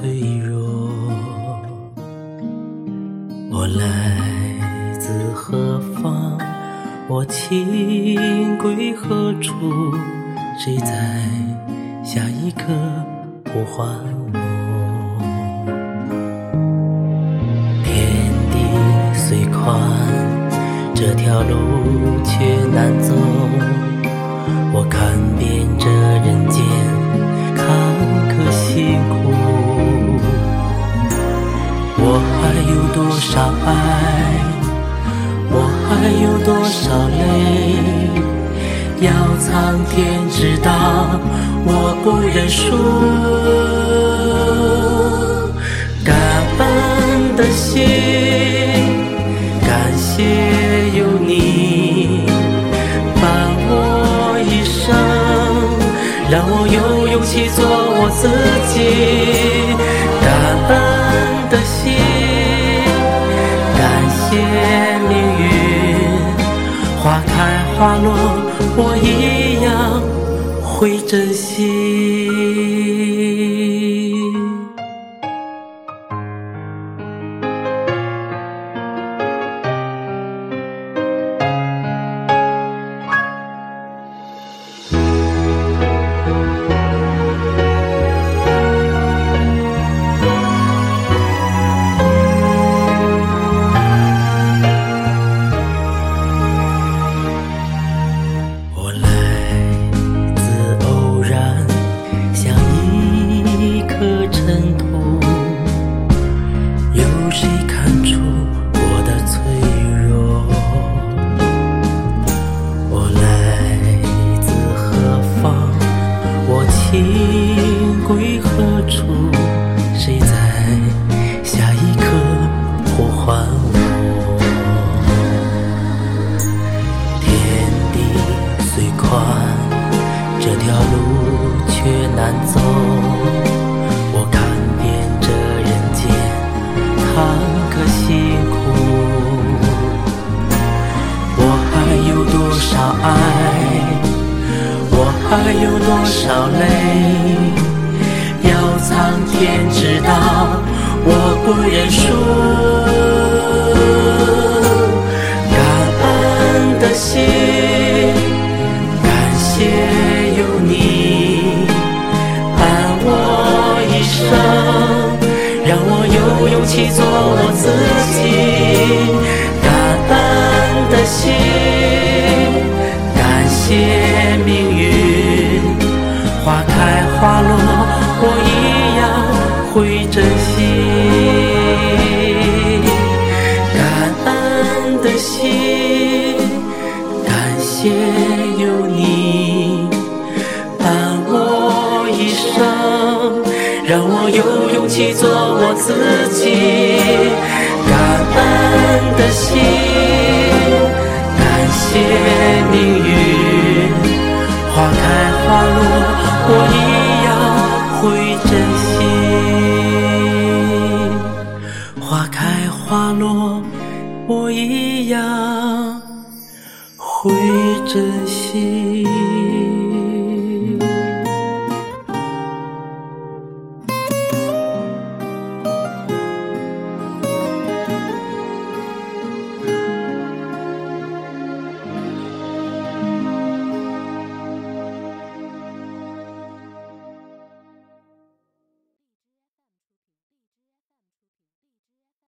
脆弱。我来自何方？我情归何处？谁在下一刻呼唤我？天地虽宽，这条路却难走。我看遍这人间坎坷辛苦，我还有多少爱，我还有多少泪，要苍天知道我不认输。感恩的心，感谢有你伴我一生，让我有勇气做我自己。感恩的心，感谢命运，花开花落我一样会珍惜。情归何处？谁在下一刻呼唤我？天地虽宽，这条路却难走。我看遍这人间坎坷辛苦，我还有多少爱，我还有多少泪，要苍天知道我不认输。感恩的心，感谢有你伴我一生，让我有勇气做我自己。感恩的心，感谢命运，花开花落我一样会珍惜。感恩的心，感谢有你伴我一生，让我有勇气做我自己。感恩的心，感谢命运，花开花落我一样会珍惜。花开花落我一样会珍惜。